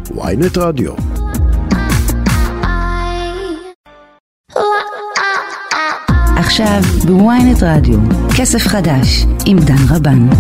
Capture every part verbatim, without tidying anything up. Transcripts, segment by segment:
וויינט רדיו. עכשיו בוויינט רדיו, כסף חדש עם דן רבן.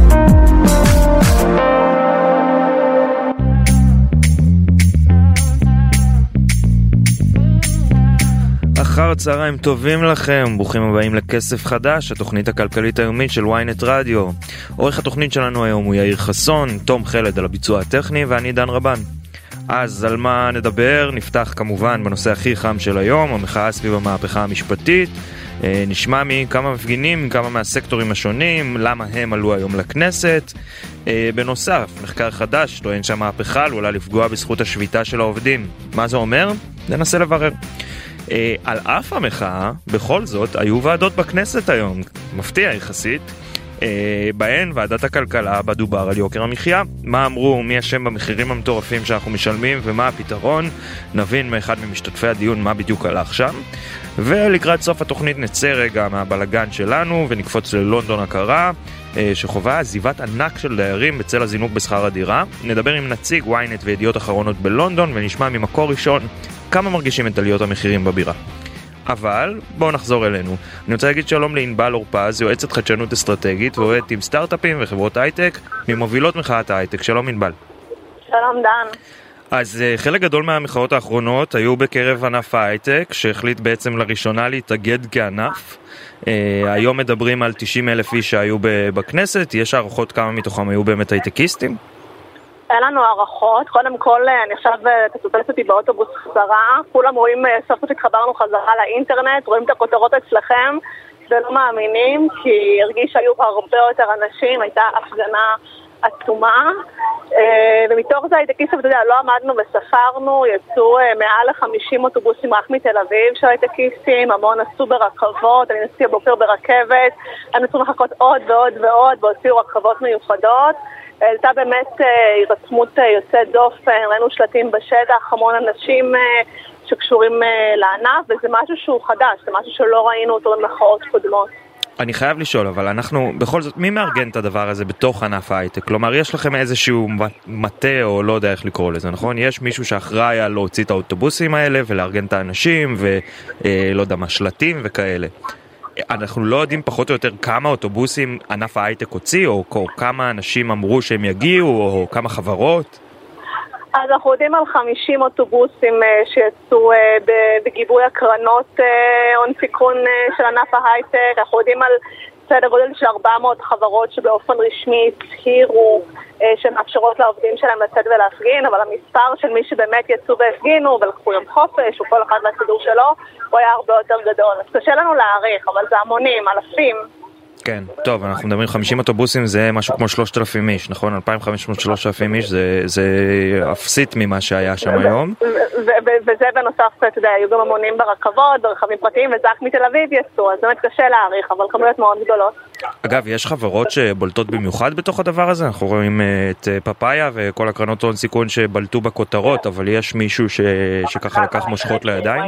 אחר צהריים טובים לכם, ברוכים הבאים לכסף חדש, התוכנית הכלכלית היומית של וויינט רדיו. עורך התוכנית שלנו היום הוא יאיר חסון, תום חלד על הביצוע הטכני ואני דן רבן. אז על מה נדבר? נפתח כמובן בנושא הכי חם של היום, המחאה סביב המהפכה המשפטית. נשמע מכמה מפגינים, מכמה מהסקטורים השונים, למה הם עלו היום לכנסת. בנוסף, מחקר חדש טוען שהמהפכה עלולה לפגוע בזכות השביתה של העובדים. מה זה אומר? ננסה לברר. על אף המחאה, בכל זאת, היו ועדות בכנסת היום, מפתיע יחסית, בהן ועדת הכלכלה בדובר על יוקר המחיה. מה אמרו, מי אשם במחירים המטורפים שאנחנו משלמים ומה הפתרון, נבין מאחד ממשתתפי הדיון מה בדיוק הלך שם. ולקראת סוף התוכנית נצא רגע מהבלגן שלנו ונקפוץ ללונדון הקרה, שחובה עזיבת ענק של דיירים בצל הזינוק בשכר הדירה. נדבר עם נציג וויינט וידיעות אחרונות בלונדון ונשמע ממקור ראשון כמה מרגישים את עליות המחירים בבירה. אבל בואו נחזור אלינו. אני רוצה להגיד שלום לענבל אורפז, יועצת חדשנות אסטרטגית ועובדת עם סטארט-אפים וחברות הייטק ממובילות מחאת ההייטק. שלום ענבל. שלום דן. אז חלק גדול מהמחאות האחרונות היו בקרב ענף ההייטק, שהחליט בעצם לראשונה להתאגד כענף. היום מדברים על תשעים אלף איש שהיו בכנסת. יש הערכות כמה מתוכם היו באמת הייטקיסטים? אין לנו הערכות. קודם כל, אני עכשיו תצופס אותי באוטובוס חזרה, כולם רואים, סוף סוף התחברנו חזרה לאינטרנט, רואים את הכותרות אצלכם ולא מאמינים, כי הרגיש שהיו הרבה יותר אנשים, הייתה הפגנה עצומה, ומתוך זה הייטקיסטים, אתה יודע, לא עמדנו וספרנו, יצאו מעל ל-חמישים אוטובוסים רק מתל אביב של הייטקיסטים, המון נסעו ברכבות, אני נסעתי הבוקר ברכבת, הם נסעו לחכות עוד ועוד ועוד, והוציאו רכבות מיוחדות. הייתה באמת הירתמות יוצאת דופן, ראינו שלטים בשטח, המון אנשים שקשורים לענף, וזה משהו שהוא חדש, זה משהו שלא ראינו אותו במחאות קודמות. אני חייב לשאול, אבל אנחנו, בכל זאת, מי מארגן את הדבר הזה בתוך ענף ההייטק? כלומר, יש לכם איזשהו מטה, או לא יודע איך לקרוא לזה, נכון? יש מישהו שאחראי על להוציא את האוטובוסים האלה, ולארגן את האנשים, ולא יודע מה, שלטים וכאלה. אנחנו לא יודעים פחות או יותר כמה אוטובוסים ענף ההייטק הוציא, או, או כמה אנשים אמרו שהם יגיעו, או, או כמה חברות? אז אנחנו יודעים על חמישים אוטובוסים שיצאו בגיבוי הקרנות הון סיכון של ענף ההייטק. אנחנו יודעים על סדר גודל של ארבע מאות חברות שבאופן רשמי הצהירו שמאפשרות לעובדים שלהם לצאת ולהפגין, אבל המספר של מי שבאמת יצאו והפגינו ולקחו יום חופש, וכל אחד מהסידור שלו, הוא היה הרבה יותר גדול. אז קשה לנו להעריך, אבל זה המונים, אלפים. כן, טוב, אנחנו מדברים חמישים אוטובוסים, זה משהו כמו שלושת אלפים איש, נכון? אלפיים וחמש מאות שלושת אלפים איש, זה, זה אפסית ממה שהיה שם היום. וזה בנוסף, אתה יודע, היו גם המונים ברכבות, ברכבים פרטיים, וזה רק מתל אביב יצאו, אז באמת קשה להעריך, אבל כמויות מאוד גדולות. אגב, יש חברות שבולטות במיוחד בתוך הדבר הזה? אנחנו רואים את פאפאיה וכל הקרנות הון סיכון שבלטו בכותרות, אבל יש מישהו ש... שככה לקח מושכות לידיים?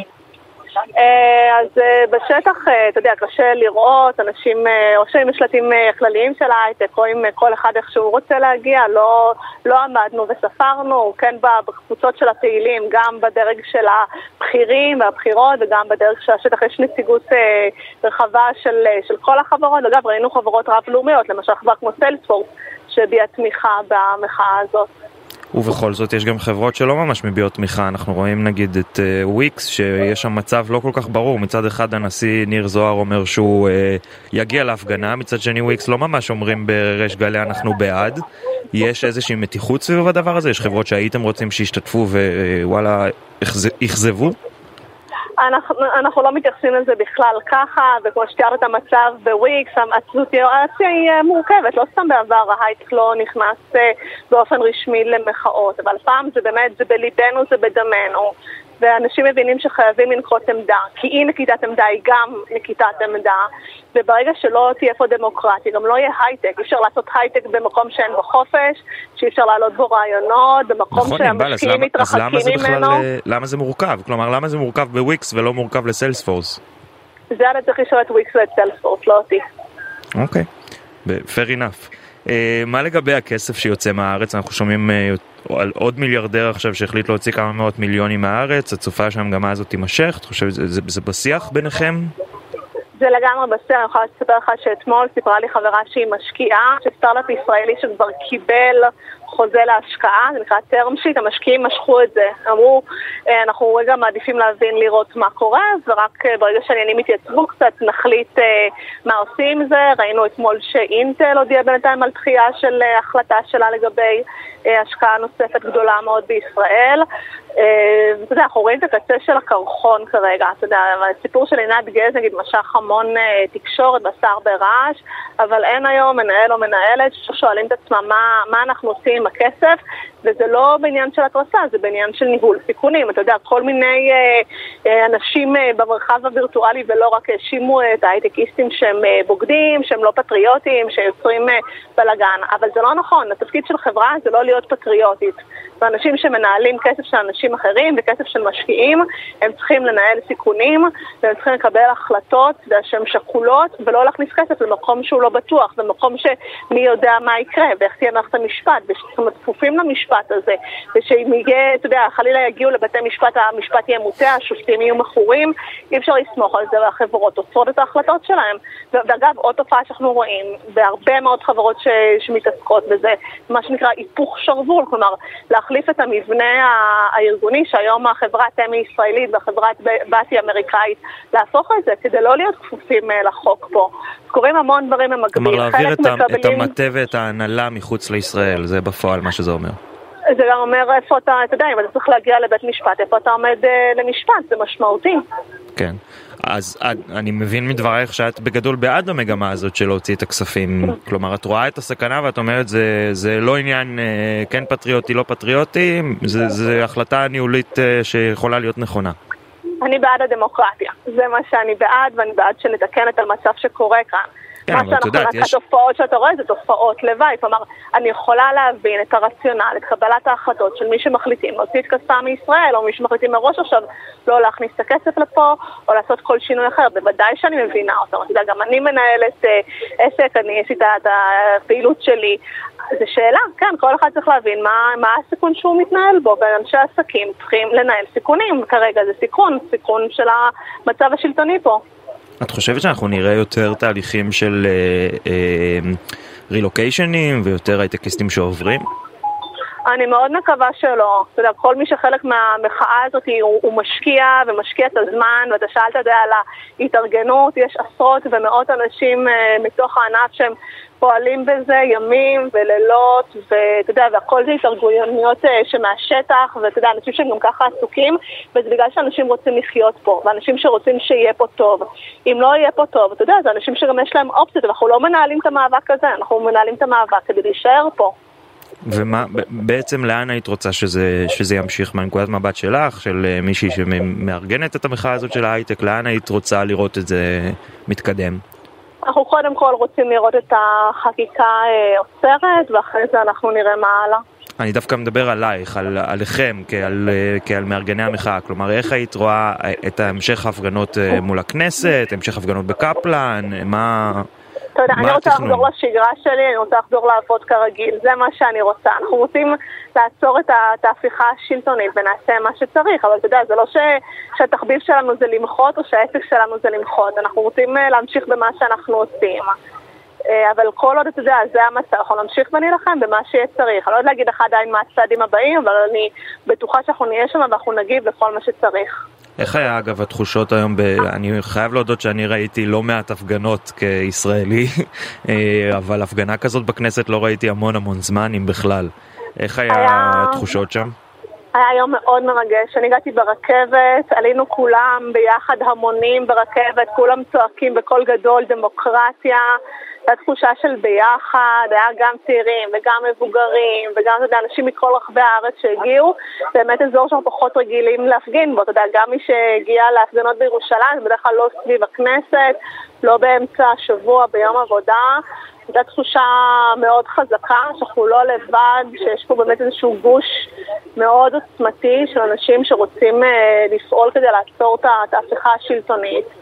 אז בשטח, אתה יודע, קשה לראות אנשים, או שהם משלטים כלליים של ההייטק, או עם כל אחד איך שהוא רוצה להגיע, לא, לא עמדנו וספרנו, כן, בקבוצות של הפעילים, גם בדרג של הבחירים והבחירות, וגם בדרג של השטח יש נציגות רחבה של, של כל החברות. אגב, ראינו חברות רב-לאומיות, למשל חברה כמו סיילספורס, שהביעה תמיכה במחאה הזאת. ובכל זאת יש גם חברות שלא ממש מביעות תמיכה. אנחנו רואים נגיד את וויקס, שיש שם מצב לא כל כך ברור. מצד אחד הנשיא ניר זוהר אומר שהוא יגיע להפגנה, מצד שני וויקס לא ממש אומרים בריש גלי אנחנו בעד. יש איזושהי מתיחות סביב הדבר הזה? יש חברות שהייתם רוצים שישתתפו ווואלה יחזבו? אנחנו, אנחנו לא מתייחסים לזה בכלל ככה, וכמו שתיארת את המצב בוויקס, הסיטואציה היא מורכבת, לא סתם בעבר ההייטק לא נכנס באופן רשמי למחאות, אבל פעם זה באמת, זה בליבנו, זה בדמנו, ואנשים מבינים שחייבים לנקוט עמדה, כי אי נקיטת עמדה היא גם נקיטת עמדה, וברגע שלא תהיה פה דמוקרטיה, גם לא יהיה הייטק. אי אפשר לעשות הייטק במקום שאין בו חופש, שאי אפשר לעלות בו רעיונות, במקום נכון, שהמשקיעים מתרחקים ממנו. אז למה, למה זה מורכב? כלומר, למה זה מורכב בוויקס ולא מורכב לסיילספורס? זה היה צריך לשאול את וויקס ואת סיילספורס, לא אותי. אוקיי, fair enough. מה לגבי הכסף שיוצא מהארץ? אנחנו שומעים או על עוד מיליארדר עכשיו שהחליט להוציא כמה מאות מיליונים מהארץ, הצופה שהמגמה הזאת תימשך? אתה חושב, זה, זה, זה בשיח ביניכם? זה לגמרי בשיח. אני יכולה לספר לך שאתמול סיפרה לי חברה שהיא משקיעה, שסטארט-אפ ישראלי שכבר קיבל חוזה להשקעה, זה נקרא term sheet, המשקיעים משכו את זה. אמרו, אנחנו רגע מעדיפים להבין, לראות מה קורה, ורק ברגע שהעניינים יתייצבו קצת, נחליט מה עושים עם זה. ראינו אתמול שאינטל הודיעה בינתיים על דחייה של החלטה שלה לגבי השקעה נוספת גדולה מאוד בישראל. אתה יודע, אנחנו רואים את הקצה של הקרחון כרגע. אתה יודע, הסיפור של עינת גז, נגיד, משך המון תקשורת בשר ברעש, אבל אין היום מנהל או מנהלת ששואלים את עצמם מה, מה אנחנו עושים עם הכסף, וזה לא בעניין של התרסה, זה בעניין של ניהול סיכונים. אתה יודע, כל מיני אה, אה, אנשים אה, במרחב הווירטואלי, ולא רק האשימו את ההייטקיסטים שהם אה, בוגדים, שהם לא פטריוטים, שיוצרים אה, בלגן. אבל זה לא נכון, התפקיד של חברה זה לא להיות פטריוטית. ואנשים שמנהלים כסף של אנשים אחרים וכסף של משקיעים, הם צריכים לנהל סיכונים, והם צריכים לקבל החלטות שהן שקולות, ולא להכניס כסף למקום שהוא לא בטוח, במקום שמי יודע מה יקרה, ואיך תהיה מערכת המשפט, ושאנחנו מתפופים למשפט הזה, ושאם יהיה, אתה יודע, חלילה יגיעו לבתי משפט, המשפט יהיה מוטע, השופטים יהיו מכורים, אי אפשר לסמוך על זה, והחברות עוצרות את ההחלטות שלהם. ואגב, עוד תופעה שאנחנו רואים, בהרבה מאוד חברות ש... שמתעסקות בזה, מה שנקרא היפוך שרוול, כלומר, להחליף את המבנה הארגוני, שהיום החברה תמי ישראלית והחברת באתי אמריקאית, להפוך את זה, כדי לא להיות כפופים לחוק פה. קוראים המון דברים במקביל. כלומר, להעביר את, מקבלים... את המטה ואת ההנהלה מחוץ לישראל, זה בפועל מה שזה אומר. זה גם אומר איפה אתה, אתה יודע, אם אתה צריך להגיע לבית משפט, איפה אתה עומד למשפט, זה משמעותי. כן. אז אני מבין מדברייך שאת בגדול בעד המגמה הזאת של להוציא את הכספים. כלומר, את רואה את הסכנה ואת אומרת, זה, זה לא עניין כן פטריוטי, לא פטריוטי, זה, זה החלטה ניהולית שיכולה להיות נכונה. אני בעד הדמוקרטיה. זה מה שאני בעד, ואני בעד שנתקן את המצב שקורה כאן. כן, מה שאנחנו יודעת, יש... התופעות שאתה רואה זה תופעות לוואי. כלומר, אני יכולה להבין את הרציונל, את קבלת ההחלטות של מי שמחליטים להוציא את כספם מישראל, או מי שמחליטים מראש עכשיו לא להכניס את הכסף לפה, או לעשות כל שינוי אחר. בוודאי שאני מבינה אותם. אתה יודע, גם אני מנהלת אה, עסק, אני עשיתי את הפעילות שלי. זו שאלה, כן, כל אחד צריך להבין מה, מה הסיכון שהוא מתנהל בו, ואנשי עסקים צריכים לנהל סיכונים. כרגע זה סיכון, סיכון של המצב השלטוני פה. את חושבת שאנחנו נראה יותר תהליכים של רילוקיישנים ויותר הייטקיסטים שעוברים? אני מאוד מקווה שלא. אתה יודע, כל מי שחלק מהמחאה הזאת הוא, הוא משקיע ומשקיע את הזמן, ואתה שאלת, אתה יודע, על ההתארגנות, יש עשרות ומאות אנשים uh, מתוך הענף שהם פועלים בזה ימים ולילות, ואתה יודע, והכל זה התארגנויות uh, שמהשטח, ואתה יודע, אנשים שהם גם ככה עסוקים, וזה בגלל שאנשים רוצים לחיות פה, ואנשים שרוצים שיהיה פה טוב. אם לא יהיה פה טוב, אתה יודע, זה אנשים שגם יש להם אופציות, ואנחנו לא מנהלים את המאבק הזה, אנחנו מנהלים את המאבק כדי להישאר פה. ומה, בעצם לאן היית רוצה שזה, שזה ימשיך מהנקודת מבט שלך, של מישהי שמארגנת את המחאה הזאת של ההייטק, לאן היית רוצה לראות את זה מתקדם? אנחנו קודם כל רוצים לראות את החקיקה עוצרת, ואחרי זה אנחנו נראה מה הלאה. אני דווקא מדבר עלייך, על, עליכם, כעל, כעל מארגני המחאה. כלומר, איך היית רואה את המשך ההפגנות מול הכנסת, המשך ההפגנות בקפלן, מה... אתה יודע, אני רוצה לחזור לשגרה שלי, אני רוצה לחזור לעבוד כרגיל, זה מה שאני רוצה. אנחנו רוצים לעצור את ההפיכה השלטונית ונעשה מה שצריך, אבל אתה יודע, זה לא ש... שהתחביב שלנו זה למחות או שהעסק שלנו זה למחות, אנחנו רוצים להמשיך במה שאנחנו עושים. אבל כל עוד, אתה יודע, זה המצב, אנחנו נמשיך ונלחם במה שיהיה צריך. אני לא יודע להגיד לך עדיין מה הצעדים הבאים, אבל אני בטוחה שאנחנו נהיה שם ואנחנו נגיב לכל מה שצריך. איך היה אגב התחושות היום? ב... אני חייב להודות שאני ראיתי לא מעט הפגנות כישראלי, אבל הפגנה כזאת בכנסת לא ראיתי המון המון זמן, אם בכלל. איך היה, היה... התחושות שם? היה יום מאוד מרגש. אני הגעתי ברכבת, עלינו כולם ביחד המונים ברכבת, כולם צועקים בקול גדול, דמוקרטיה. הייתה תחושה של ביחד, היה גם צעירים וגם מבוגרים וגם אתה יודע, אנשים מכל רחבי הארץ שהגיעו, באמת אזור שאנחנו פחות רגילים להפגין בו, אתה יודע, גם מי שהגיע להפגנות בירושלים, זה בדרך כלל לא סביב הכנסת, לא באמצע השבוע, ביום עבודה, הייתה תחושה מאוד חזקה, שאנחנו לא לבד, שיש פה באמת איזשהו גוש מאוד עוצמתי של אנשים שרוצים לפעול כדי לעצור את ההפיכה השלטונית.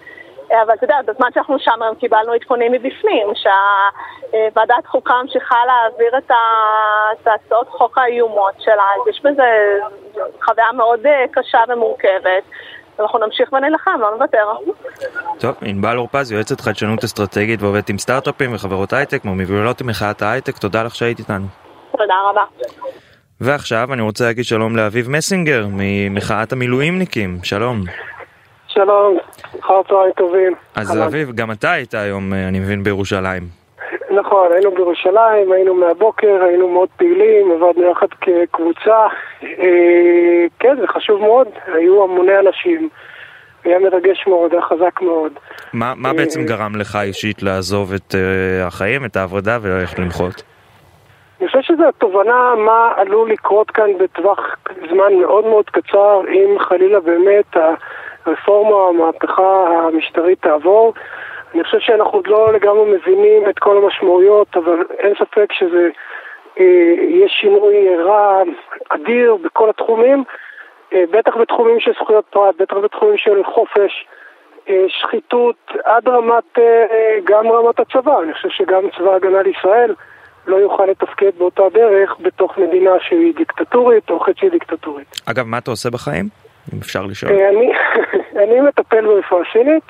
אבל אתה יודע, בזמן שאנחנו שם קיבלנו עדכונים מבפנים, שהוועדת חוקה ממשיכה להעביר את הצעות חוק האיומות שלה, אז יש בזה חוויה מאוד קשה ומורכבת. אנחנו נמשיך ונלחם, לא נוותר. טוב, ענבל אורפז, יועצת חדשנות אסטרטגית ועובדת עם סטארט-אפים וחברות הייטק, מובילות מחאת ההייטק, תודה לך שהיית איתנו. תודה רבה. ועכשיו אני רוצה להגיד שלום לאביב מסינגר, ממחאת המילואימניקים, שלום. שלום, אחר צהריים טובים. אז אביב, גם אתה היית היום, אני מבין, בירושלים. נכון, היינו בירושלים, היינו מהבוקר, היינו מאוד פעילים, עבדנו יחד כקבוצה. אה, כן, זה חשוב מאוד, היו המוני אנשים, היה מרגש מאוד, היה חזק מאוד. מה, מה בעצם גרם לך אישית לעזוב את uh, החיים, את העבודה וללכת למחות? אני חושב שזו התובנה מה עלול לקרות כאן בטווח זמן מאוד מאוד קצר, אם חלילה באמת הרפורמה, המהפכה המשטרית תעבור. אני חושב שאנחנו עוד לא לגמרי מבינים את כל המשמעויות, אבל אין ספק שזה אה, יש שינוי רע אדיר בכל התחומים, אה, בטח בתחומים של זכויות פרט, בטח בתחומים של חופש, אה, שחיתות, עד רמת, אה, גם רמת הצבא. אני חושב שגם צבא הגנה לישראל לא יוכל לתפקד באותה דרך בתוך מדינה שהיא דיקטטורית או חצי דיקטטורית. אגב, מה אתה עושה בחיים? אם אפשר לשאול. אה, אני, אני מטפל ברפואה סינית.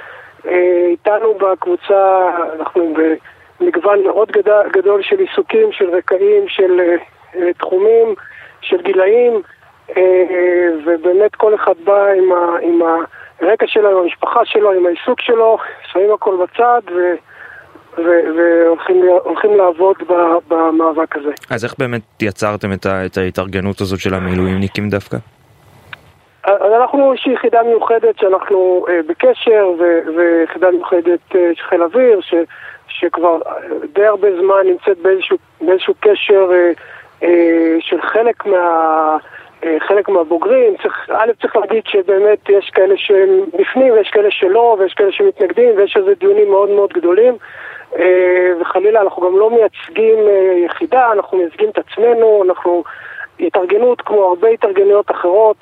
איתנו בקבוצה אנחנו במגוון מאוד גדול, גדול של עיסוקים, של רקעים, של uh, תחומים, של גילאים, uh, ובאמת כל אחד בא עם, ה, עם הרקע שלו, עם המשפחה שלו, עם העיסוק שלו, שמים הכל בצד ו, ו, והולכים לעבוד במאבק הזה. אז איך באמת יצרתם את, ה, את ההתארגנות הזאת של המילואימניקים דווקא? אז אנחנו יש יחידה מיוחדת שאנחנו אה, בקשר, ו- ויחידה מיוחדת אה, של חיל אוויר, ש- שכבר די הרבה זמן נמצאת באיזשהו, באיזשהו קשר אה, אה, של חלק, מה, אה, חלק מהבוגרים. צריך, א', צריך להגיד שבאמת יש כאלה שהם בפנים, ויש כאלה שלא, ויש כאלה שמתנגדים, ויש איזה דיונים מאוד מאוד גדולים. אה, וחלילה אנחנו גם לא מייצגים אה, יחידה, אנחנו מייצגים את עצמנו, אנחנו התארגנות כמו הרבה התארגנויות אחרות.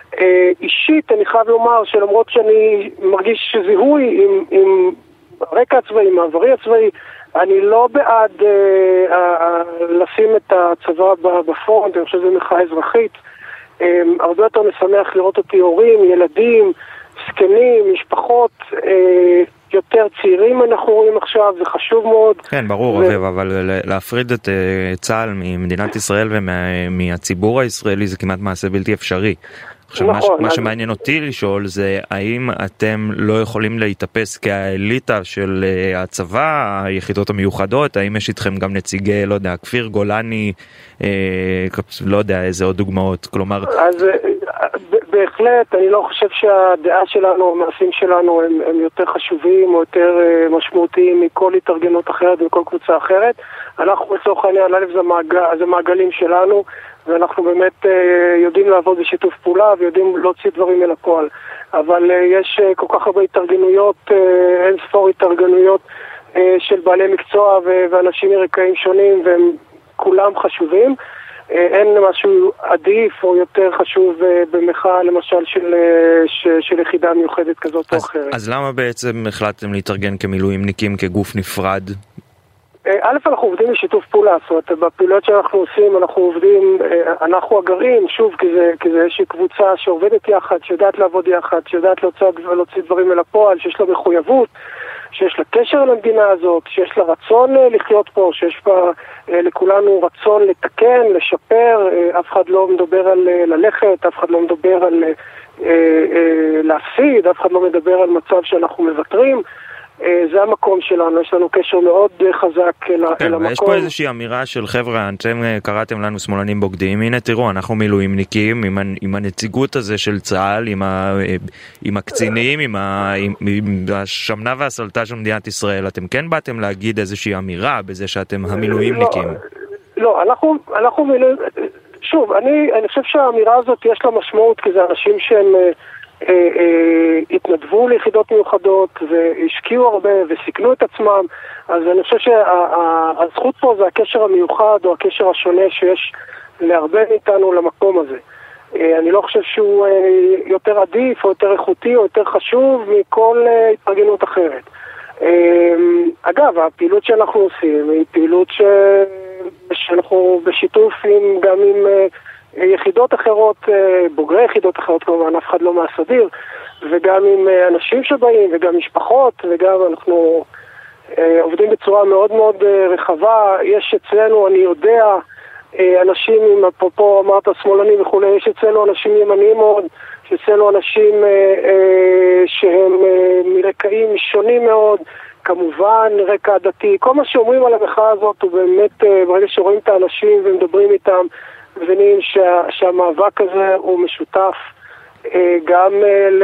אישית אני חייב לומר שלמרות שאני מרגיש זיהוי עם, עם רקע הצבאי, עם העברי הצבאי, אני לא בעד אה, אה, לשים את הצבא בפרונט. אני חושב שזה מחאה אזרחית. אה, הרבה יותר משמח לראות אותי הורים, ילדים, זקנים, משפחות, אה, יותר צעירים אנחנו רואים עכשיו, זה חשוב מאוד. כן, ברור, ו... אביב, אבל להפריד את uh, צה"ל ממדינת ישראל ומהציבור הישראלי זה כמעט מעשה בלתי אפשרי. עכשיו, נכון, מה, מה שמעניין אותי לשאול זה האם אתם לא יכולים להתאפס כאליטה של uh, הצבא, היחידות המיוחדות, האם יש איתכם גם נציגי, לא יודע, כפיר גולני, uh, לא יודע, איזה עוד דוגמאות, כלומר... אז בהחלט, אני לא חושב שהדעה שלנו, המעשים שלנו הם, הם יותר חשובים או יותר uh, משמעותיים מכל התארגנות אחרת ומכל קבוצה אחרת. אנחנו לצורך העניין, א' זה, מעגל, זה מעגלים שלנו, ואנחנו באמת uh, יודעים לעבוד בשיתוף פעולה ויודעים להוציא דברים אל הפועל. אבל uh, יש uh, כל כך הרבה התארגנויות, uh, אין ספור התארגנויות uh, של בעלי מקצוע ו- ואנשים מרקעים שונים, והם כולם חשובים. Uh, אין משהו עדיף או יותר חשוב uh, במחאה למשל של, uh, ש- של יחידה מיוחדת כזאת אז, או אחרת. אז למה בעצם החלטתם להתארגן כמילואימניקים, כגוף נפרד? א', אנחנו עובדים בשיתוף פעולה, זאת אומרת, בפעילויות שאנחנו עושים, אנחנו עובדים, אנחנו הגרים, שוב, כי זה, כי זה איזושהי קבוצה שעובדת יחד, שיודעת לעבוד יחד, שיודעת להוציא, להוציא דברים אל הפועל, שיש לה מחויבות, שיש לה קשר למדינה הזאת, שיש לה רצון לחיות פה, שיש בה לכולנו רצון לתקן, לשפר, אף אחד לא מדבר על ללכת, אף אחד לא מדבר על להפסיד, אף אחד לא מדבר על מצב שאנחנו מבטרים. זה המקום שלנו, יש לנו קשר מאוד חזק אל המקום. כן, ויש פה איזושהי אמירה של חבר'ה, אתם קראתם לנו שמאלנים בוגדים, הנה תראו, אנחנו מילואימניקים עם, עם הנציגות הזה של צה"ל, עם, ה, עם הקצינים, עם, ה, עם, עם השמנה והסלטה של מדינת ישראל, אתם כן באתם להגיד איזושהי אמירה בזה שאתם המילואימניקים? לא, לא אנחנו, אנחנו מילוא... שוב, אני, אני חושב שהאמירה הזאת יש לה משמעות, כי זה אנשים שהם... אה, אה, התנדבו ליחידות מיוחדות והשקיעו הרבה וסיכנו את עצמם, אז אני חושב שהזכות פה זה הקשר המיוחד או הקשר השונה שיש להרבה מאיתנו למקום הזה. אני לא חושב שהוא יותר עדיף או יותר איכותי או יותר חשוב מכל התארגנות אחרת. אגב, הפעילות שאנחנו עושים היא פעילות ש... שאנחנו בשיתוף עם, גם עם יחידות אחרות, בוגרי יחידות אחרות כמובן, אף אחד לא מהסדיר, וגם עם אנשים שבאים וגם משפחות, וגם אנחנו עובדים בצורה מאוד מאוד רחבה. יש אצלנו, אני יודע, אנשים, אפרופו אמרת שמאלנים וכו', יש אצלנו אנשים ימניים מאוד, יש אצלנו אנשים שהם מרקעים שונים מאוד, כמובן רקע דתי. כל מה שאומרים על המחאה הזאת הוא באמת, ברגע שרואים את האנשים ומדברים איתם, מבינים שה, שהמאבק הזה הוא משותף גם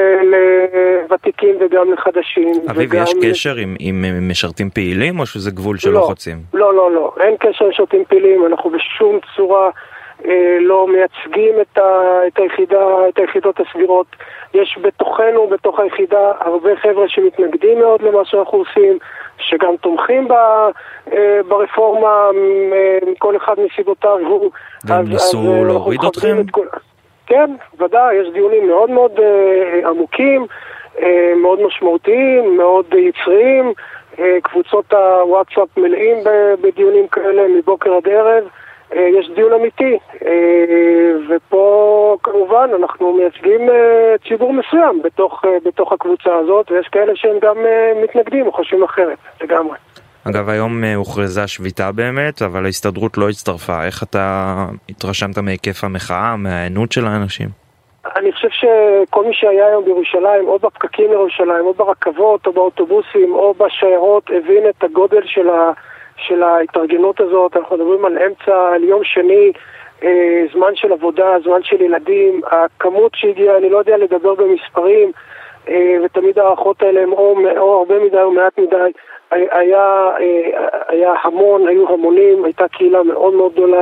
לוותיקים וגם לחדשים. אביב, יש קשר עם, עם משרתים פעילים או שזה גבול שלא לא, חוצים? לא, לא, לא. אין קשר עם משרתים פעילים. אנחנו בשום צורה אה, לא מייצגים את, ה, את, היחידה, את היחידות הסבירות. יש בתוכנו, בתוך היחידה, הרבה חבר'ה שמתנגדים מאוד למה שאנחנו עושים, שגם תומכים ב, אה, ברפורמה מכל אחד מסיבותיו. והם ניסו להוריד אתכם? כל... כן, ודאי, יש דיונים מאוד מאוד אה, עמוקים, אה, מאוד משמעותיים, מאוד יצריים, אה, קבוצות הוואטסאפ מלאים בדיונים כאלה מבוקר עד ערב, אה, יש דיון אמיתי, אה, ופה כמובן אנחנו מייצגים אה, ציבור מסוים בתוך, אה, בתוך הקבוצה הזאת, ויש כאלה שהם גם אה, מתנגדים או חושבים אחרת, לגמרי. אגב, היום הוכרזה שביתה באמת, אבל ההסתדרות לא הצטרפה. איך אתה התרשמת מהיקף המחאה, מהעיינות של האנשים? אני חושב שכל מי שהיה היום בירושלים, או בפקקים לירושלים, או ברכבות, או באוטובוסים, או בשיירות, הבין את הגודל של, ה, של ההתארגנות הזאת. אנחנו מדברים על אמצע, על יום שני, אה, זמן של עבודה, זמן של ילדים, הכמות שהגיעה, אני לא יודע לדבר במספרים, אה, ותמיד הערכות האלה הם או, או הרבה מדי או מעט מדי. היה, היה המון, היו המונים, הייתה קהילה מאוד מאוד גדולה.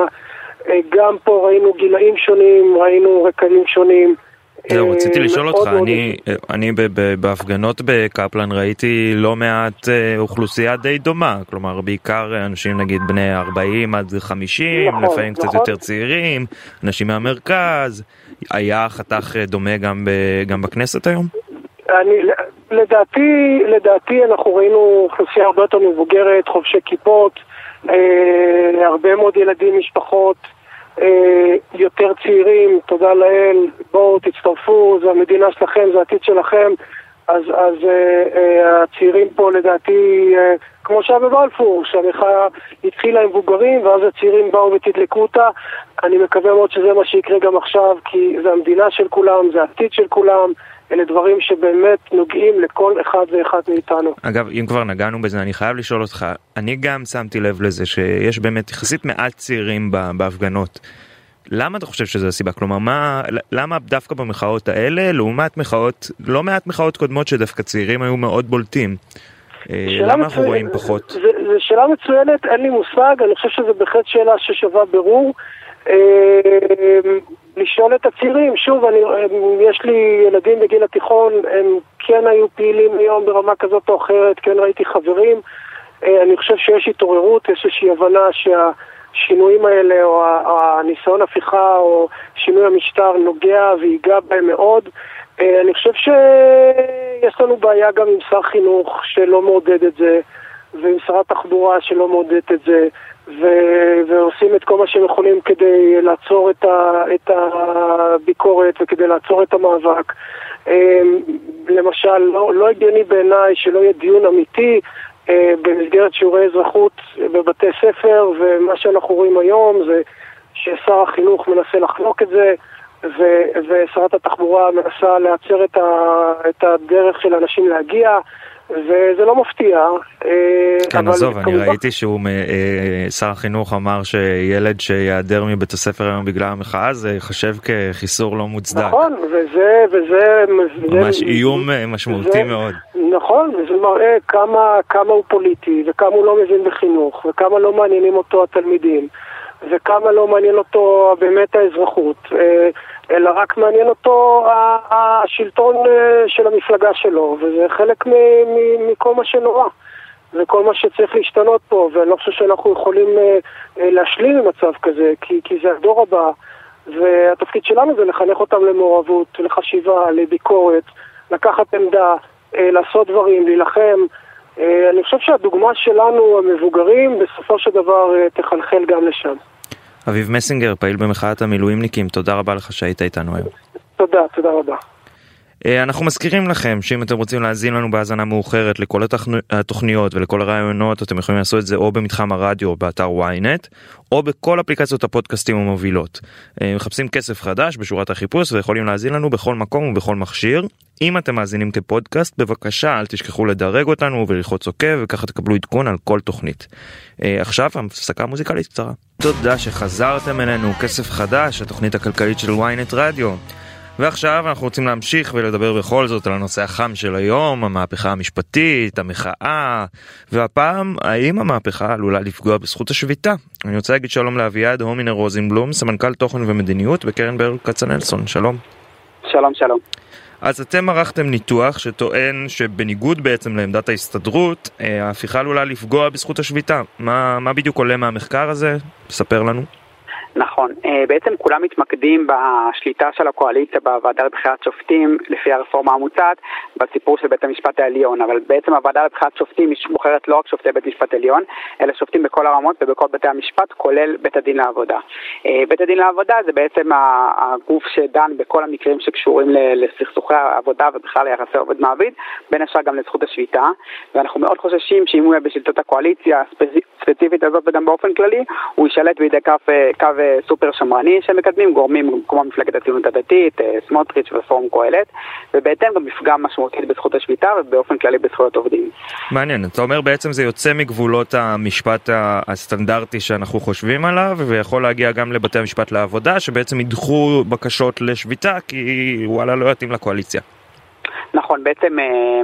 גם פה ראינו גילאים שונים, ראינו רקעים שונים. זהו, רציתי לשאול אותך, אני, אני בהפגנות בקפלן ראיתי לא מעט אוכלוסייה די דומה, כלומר בעיקר אנשים נגיד בני ארבעים עד חמישים, נכון, לפעמים קצת נכון. יותר צעירים, אנשים מהמרכז. היה חתך דומה גם, גם בכנסת היום? אני, לדעתי, לדעתי אנחנו ראינו אוכלוסייה הרבה יותר מבוגרת, חובשי כיפות, אה, הרבה מאוד ילדים, משפחות, אה, יותר צעירים, תודה לאל, בואו תצטרפו, זה המדינה שלכם, זה העתיד שלכם. אז, אז אה, אה, הצעירים פה לדעתי, אה, כמו שהיה בבלפור, שהמחאה התחילה עם מבוגרים ואז הצעירים באו ותדלקו אותה. אני מקווה מאוד שזה מה שיקרה גם עכשיו, כי זה המדינה של כולם, זה העתיד של כולם. אלה דברים שבאמת נוגעים לכל אחד ואחד מאיתנו. אגב, אם כבר נגענו בזה, אני חייב לשאול אותך, אני גם שמתי לב לזה שיש באמת יחסית מעט צעירים בהפגנות. למה אתה חושב שזה הסיבה? כלומר, מה, למה דווקא במחאות האלה, לעומת מחאות, לא מעט מחאות קודמות שדווקא צעירים היו מאוד בולטים? למה אנחנו רואים פחות? זו שאלה מצוינת, אין לי מושג, אני חושב שזו בהחלט שאלה ששווה ברור. לשאול את הצעירים, שוב, אני, יש לי ילדים בגיל התיכון, הם כן היו פעילים היום ברמה כזאת או אחרת, כן ראיתי חברים, אני חושב שיש התעוררות, יש איזושהי הבנה שהשינויים האלה, או הניסיון הפיכה, או שינוי המשטר נוגע ויגע בהם מאוד. אני חושב שיש לנו בעיה גם עם שר חינוך שלא מעודד את זה, ועם שרת תחבורה שלא מעודדת את זה, ו- ועושים את כל מה שהם יכולים כדי לעצור את, ה- את הביקורת וכדי לעצור את המאבק. למשל, לא, לא הגיוני בעיניי שלא יהיה דיון אמיתי במסגרת שיעורי אזרחות בבתי ספר, ומה שאנחנו רואים היום זה ששר החינוך מנסה לחנוק את זה, ו- ושרת התחבורה מנסה לעצר את, ה- את הדרך של אנשים להגיע, וזה לא מפתיע. כן, עזוב, אני ראיתי שהוא, שר החינוך אמר שילד שיעדר מבית הספר היום בגלל המחאה זה יחשב כחיסור לא מוצדק. נכון, וזה, וזה, ממש איום משמעותי מאוד. נכון, וזה מראה כמה, כמה הוא פוליטי, וכמה הוא לא מבין בחינוך, וכמה לא מעניינים אותו התלמידים, וכמה לא מעניין אותו באמת האזרחות, אלא רק מעניין אותו השלטון של המפלגה שלו, וזה חלק מכל מה שנורא, וכל מה שצריך להשתנות פה, ואני לא חושב שאנחנו יכולים להשלים עם מצב כזה, כי, כי זה הדור הבא, והתפקיד שלנו זה לחנך אותם למעורבות, לחשיבה, לביקורת, לקחת עמדה, לעשות דברים, להילחם. אני חושב שהדוגמה שלנו, המבוגרים, בסופו של דבר תחלחל גם לשם. אביב מסינגר, פעיל במחאת המילואימניקים, תודה רבה לך שהיית איתנו היום. תודה, תודה רבה. אנחנו מזכירים לכם שאם אתם רוצים להזין לנו בהאזנה מאוחרת לכל התוכניות ולכל הרעיונות, אתם יכולים לעשות את זה או במתחם הרדיו או באתר וויינט, או בכל אפליקציות הפודקאסטים המובילות. מחפשים כסף חדש בשורת החיפוש ויכולים להזין לנו בכל מקום ובכל מכשיר. אם אתם מאזינים כפודקאסט, בבקשה אל תשכחו לדרג אותנו וללחוץ עוקב, וככה תקבלו עדכון על כל תוכנית. עכשיו הפסקה מוזיקלית קצרה. תודה שחזרתם אלינו, כסף חדש, התוכנית הכלכלית של וויינט רדיו. ועכשיו אנחנו רוצים להמשיך ולדבר בכל זאת על הנושא החם של היום, המהפכה המשפטית, המחאה, והפעם, האם המהפכה עלולה לפגוע בזכות השביתה? אני רוצה להגיד שלום לאביעד הומינר רוזנבלום, סמנכ"ל תוכן ומדיניות בקרן ברל כצנלסון. שלום. שלום, שלום. אז אתם ערכתם ניתוח שטוען שבניגוד בעצם לעמדת ההסתדרות, ההפיכה עלולה לפגוע בזכות השביתה. מה, מה בדיוק עולה מהמחקר הזה? ספר לנו. נכון, בעצם כולם מתמקדים בשליטה של הקואליציה בוועדה לבחירת שופטים לפי הרפורמה המוצעת בסיפור של בית המשפט העליון, אבל בעצם הוועדה לבחירת שופטים בוחרת לא רק שופטי בית המשפט העליון, אלא שופטים בכל הרמות ובכל בתי המשפט, כולל בית הדין לעבודה. בית הדין לעבודה זה בעצם הגוף שדן בכל המקרים שקשורים לסכסוכי העבודה ובכלל ליחסי עובד מעביד, בין השאר גם לזכות השביתה, ואנחנו מאוד חוששים שאם הוא יהיה בשלטות הקואליציה הספציפית הזאת וגם באופן כללי, הוא ישלט בידי קו, קו סופר שמרני שמקדמים גורמים כמו מפלגת הציונות הדתית, סמוטריץ' ופורום קהלת, ובהתאם גם מפגע משמעותית בזכות השביתה ובאופן כללי בזכויות עובדים. מעניין, אתה אומר בעצם זה יוצא מגבולות המשפט הסטנדרטי שאנחנו חושבים עליו, ויכול להגיע גם לבתי המשפט לעבודה, שבעצם ידחו בקשות לשביתה, כי וואלה לא יתאים לקואליציה. נכון, בעצם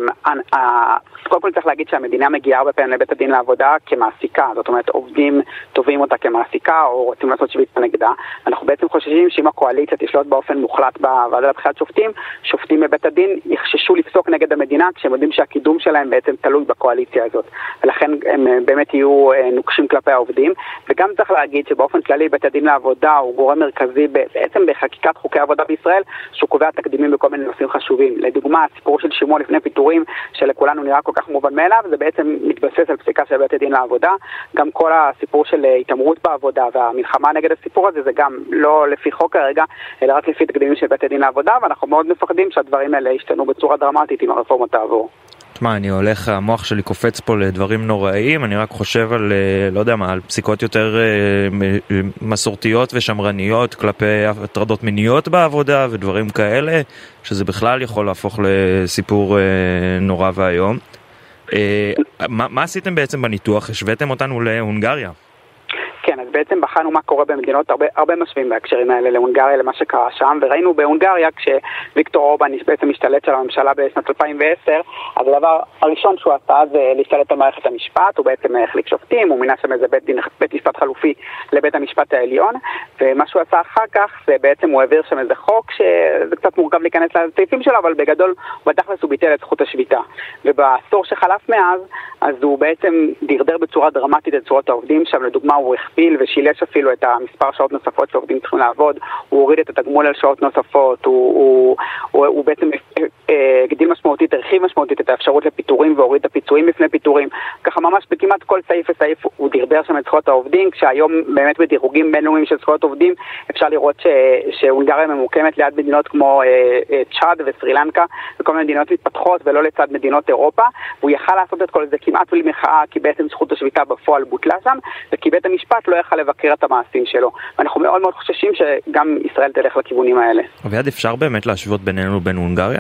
קודם כל צריך להגיד שהמדינה מגיעה הרבה פעמים לבית הדין לעבודה כמעסיקה, זאת אומרת עובדים טובים אותה כמעסיקה או רוצים לעשות שביתה נגדה. אנחנו בעצם חוששים שאם הקואליציה תשלוט באופן מוחלט בוועדה לבחירת שופטים, שופטים בבית הדין יחששו לפסוק נגד המדינה כשהם יודעים שהקידום שלהם בעצם תלוי בקואליציה הזאת, ולכן הם באמת יהיו נוקשים כלפי העובדים. וגם צריך להגיד שבאופן כללי בית הדין לעבודה הוא גורם מרכזי בעצם בחקיקת חוקי עבודה בישראל, שהוא קובע תקדימים בכל מיני נושאים חשובים. לדוגמה, הסיפור של שימוע לפני פיטורים שלכולנו נראה כל כך מובן מאליו, זה בעצם מתבסס על פסיקה של בית הדין לעבודה. גם כל הסיפור של התעמרות בעבודה והמלחמה נגד הסיפור הזה, זה גם לא לפי חוק כרגע, אלא רק לפי תקדימים של בית הדין לעבודה, ואנחנו מאוד מפחדים שהדברים האלה ישתנו בצורה דרמטית אם הרפורמה תעבור. תשמע, אני הולך, המוח שלי קופץ פה לדברים נוראיים, אני רק חושב על, לא יודע מה, על פסיקות יותר מסורתיות ושמרניות כלפי הטרדות מיניות בעבודה ודברים כאלה, שזה בכלל יכול להפוך לסיפור נורא והיום. מה, מה עשיתם בעצם בניתוח? השוויתם אותנו להונגריה? כן, אז בעצם בחנו מה קורה במדינות, הרבה, הרבה משווים בהקשרים האלה להונגריה, למה שקרה שם, וראינו בהונגריה כשוויקטור אורבן בעצם משתלט של הממשלה בשנת אלפיים ועשר, אז הדבר הראשון שהוא עשה זה להשתלט על מערכת המשפט, הוא בעצם החליק שופטים, הוא מינה שם איזה בית, דין, בית משפט חלופי לבית המשפט העליון, ומה שהוא עשה אחר כך זה בעצם הוא העביר שם איזה חוק שזה קצת מורכב להיכנס לסעיפים שלו, אבל בגדול בתכלס הוא ביטל את זכות השביתה. ובעשור שחלף מאז, אז הוא בעצם דרדר בצורה דרמטית את צורות העובדים, שם לדוגמה הוא הכפיל ושילש אפילו את המספר שעות נוספות שעובדים צריכים לעבוד, הוא הוריד את התגמול על שעות נוספות, הוא, הוא, הוא, הוא בעצם הגדיל משמעותית, הרחיב משמעותית את האפשרות לפיטורים והוריד את הפיצויים לפני פיטורים, ככה ממש בכמעט כל סעיף וסעיף הוא דרדר שם את זכויות העובדים, כשהיום באמת בדירוגים בינלאומיים של זכויות עובדים אפשר לראות ש, שהונגריה ממוקמת ליד מדינות כמו צ'אד וסרילנקה וכל מיני מדינות מתפתחות ולא לצד מדינות אירופה, והוא יכל לעשות את כל זה כמעט בלי מחאה, כי בעצם זכות השביתה בפועל בוטלה שם, וכי בית המשפט לא יכל לבקר את המעשים שלו. ואנחנו מאוד מאוד חוששים שגם ישראל תלך לכיוונים האלה. אביעד, אפשר באמת להשוות בינינו לבין הונגריה?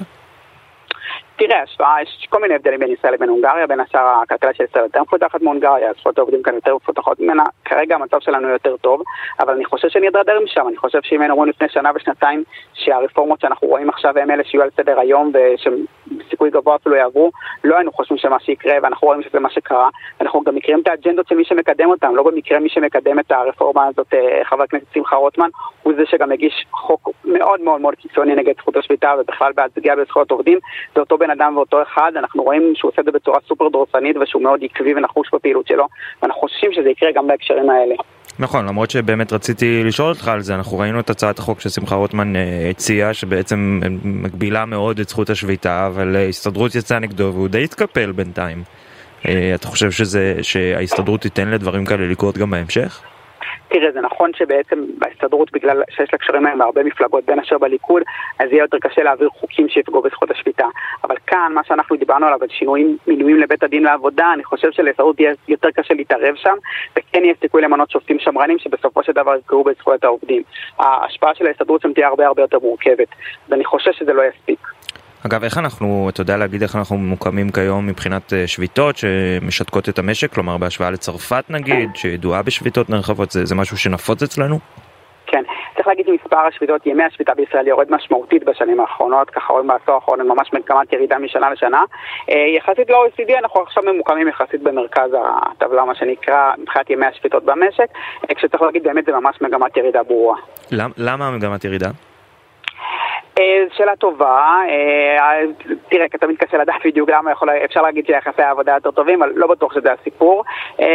תראה, יש כל מיני הבדלים בין ישראל לבין הונגריה, בין השאר הכלכלה של ישראל יותר מפותחת מהונגריה, זכויות העובדים כאן יותר מפותחות ממנה, כרגע המצב שלנו יותר טוב, אבל אני חושב שנדרדר משם, אני חושב שאם היינו רואים לפני שנה ושנתיים שהרפורמות שאנחנו רואים עכשיו הם אלה שיהיו על סדר היום ושסיכוי גבוה אפילו יעברו, לא היינו חושבים שמה שיקרה, ואנחנו רואים שזה מה שקרה, אנחנו גם מכירים את האג'נדות של מי שמקדם אותם, לא במקרה מי שמקדם את הרפורמה הזאת, חבר הכנסת שמחה רוטמן, הוא זה שגם הגיש חוק מאוד מאוד מאוד קיצוני נגד זכות השביתה ובכלל בעד פגיעה בזכויות עובדים. זה אותו בן אדם ואותו אחד, אנחנו רואים שהוא עושה את זה בצורה סופר דורסנית ושהוא מאוד עקבי ונחוש בפעילות שלו, ואנחנו חושבים שזה יקרה גם בהקשרים האלה. נכון, למרות שבאמת רציתי לשאול אותך על זה, אנחנו ראינו את הצעת החוק ששמחה רוטמן הציעה, שבעצם מגבילה מאוד את זכות השביתה, אבל ההסתדרות יצאה נגדו והוא די התקפל בינתיים. אתה חושב שזה, שההסתדרות תיתן לדברים כאלה לקרות גם בהמשך? תראה, זה נכון שבעצם בהסתדרות, בגלל שיש לה קשרים מהם בהרבה מפלגות בין השאר בליכוד, אז יהיה יותר קשה להעביר חוקים שיפגעו בזכות השביתה. אבל כאן, מה שאנחנו דיברנו עליו, על שינויים מינויים לבית הדין לעבודה, אני חושב שלהסתדרות יהיה יותר קשה להתערב שם, וכן יהיה סיכוי למנות שופטים שמרנים שבסופו של דבר יפגעו בזכויות העובדים. ההשפעה של ההסתדרות שם תהיה הרבה הרבה יותר מורכבת, ואני חושב שזה לא יספיק. אגב, איך אנחנו, אתה יודע להגיד איך אנחנו מוקמים כיום מבחינת שביתות שמשתקות את המשק, כלומר בהשוואה לצרפת נגיד, שידועה בשביתות נרחבות, זה, זה משהו שנפוץ אצלנו? כן, צריך להגיד שמספר השביתות, ימי השביתה בישראל יורד משמעותית בשנים האחרונות, ככה רואים בעשור האחרון, ממש מגמת ירידה משנה לשנה. יחסית ל-או אי סי די אנחנו עכשיו ממוקמים יחסית במרכז הטבלה, מה שנקרא, מבחינת ימי השביתות במשק, כשצריך להגיד באמת זה ממש מגמת ירידה ברורה. למה מגמת ירידה? שאלה טובה, תראה, אתה מתקשה לדעת בדיוק למה, אפשר להגיד שיחסי העבודה יותר טובים, אבל לא בטוח שזה הסיפור.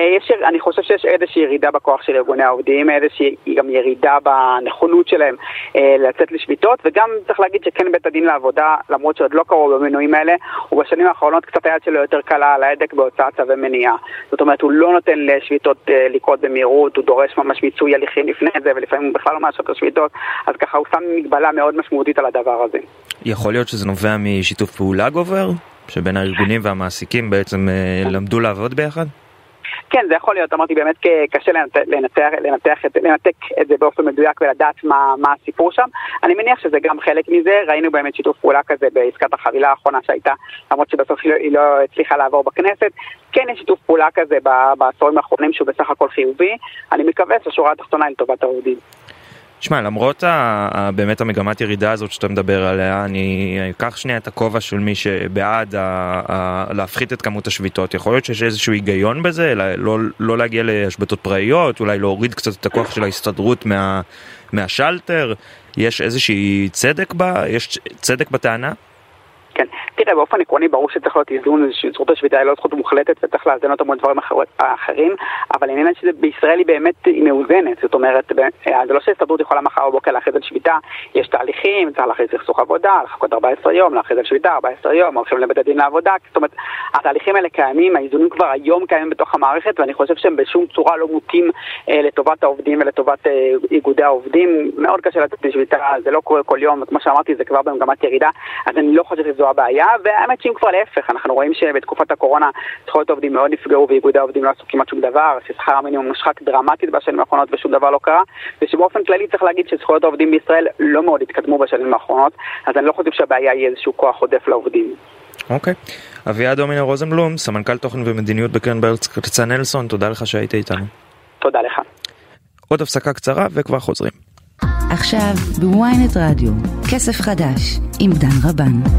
אני חושב שיש איזושהי ירידה בכוח של ארגוני העובדים, איזושהי גם ירידה בנכונות שלהם לצאת לשביתות, וגם צריך להגיד שכן בית הדין לעבודה, למרות שעוד לא קרו במינויים האלה, ובשנים האחרונות קצת היד שלו יותר קלה על ההדק בהוצאת צווי מניעה. זאת אומרת, הוא לא נותן לשביתות לקרות במהירות, הוא דורש ממש מיצוי הליכים לפני זה, ולפעמים הוא בכלל לא מאשר את השביתות, אז ככה הוא שם מגבלה מאוד משמעותית על הדבר הזה. יכול להיות שזה נובע משיתוף פעולה גובר, שבין הארגונים והמעסיקים בעצם למדו לעבוד ביחד? כן, זה יכול להיות, אמרתי באמת קשה לנתח, לנתח, לנתח, לנתק את זה באופן מדויק ולדעת מה, מה הסיפור שם. אני מניח שזה גם חלק מזה, ראינו באמת שיתוף פעולה כזה בעסקת החבילה האחרונה שהייתה, למרות שבסוף היא לא, היא לא הצליחה לעבור בכנסת. כן, יש שיתוף פעולה כזה בעשורים האחרונים שהוא בסך הכל חיובי. אני מקווה שהשורה התחתונה היא לטובת העובדים. תשמע, למרות ה, באמת המגמת ירידה הזאת שאתה מדבר עליה, אני אקח שנייה את הכובע של מי שבעד ה, ה, להפחית את כמות השביתות. יכול להיות שיש איזשהו היגיון בזה, לא, לא להגיע להשבתות פראיות, אולי להוריד קצת את הכוח של ההסתדרות מה, מהשלטר. יש איזושהי צדק בה? יש צדק בטענה? כן, תראה, באופן עקרוני ברור שצריך להיות איזון, שזכות השביתה היא לא זכות מוחלטת וצריך לאזן אותה מול דברים אחרים, אבל העניין שבישראל היא באמת מאוזנת, זאת אומרת, זה לא שההסתדרות יכולה מחר בבוקר להכריז על שביתה, יש תהליכים, צריך להכריז סכסוך עבודה, לחכות ארבעה עשר יום, להכריז על שביתה, ארבעה עשר יום, הולכים לבית הדין לעבודה, זאת אומרת, התהליכים האלה קיימים, האיזונים כבר היום קיימים בתוך המערכת, ואני חושב שהם בשום צורה לא מוטים לטובת העובדים ולטובת איגודי העובדים. מאוד קשה לתת לשביתה, זה לא קורה כל יום, וכמו שאמרתי, זה כבר במגמת ירידה, אז אני לא חושב שזו הבעיה, והאמת שאם כבר להפך, אנחנו רואים שבתקופת הקורונה זכויות העובדים מאוד נפגעו ואיגודי העובדים לא עשו כמעט שום דבר, ששכר המינימום נשחק דרמטית בשנים האחרונות ושום דבר לא קרה, ושבאופן כללי צריך להגיד שזכויות העובדים בישראל לא מאוד התקדמו בשנים האחרונות, אז אני לא חושב שהבעיה היא איזשהו כוח עודף לעובדים. אוקיי. אביעד דומינה רוזנבלום, סמנכ"ל תוכן ומדיניות בקרן ברל כצנלסון, תודה לך שהיית איתנו. תודה לך. עוד הפסקה קצרה וכבר חוזרים. עכשיו בוויינט רדיו, כסף חדש עם דן רבן.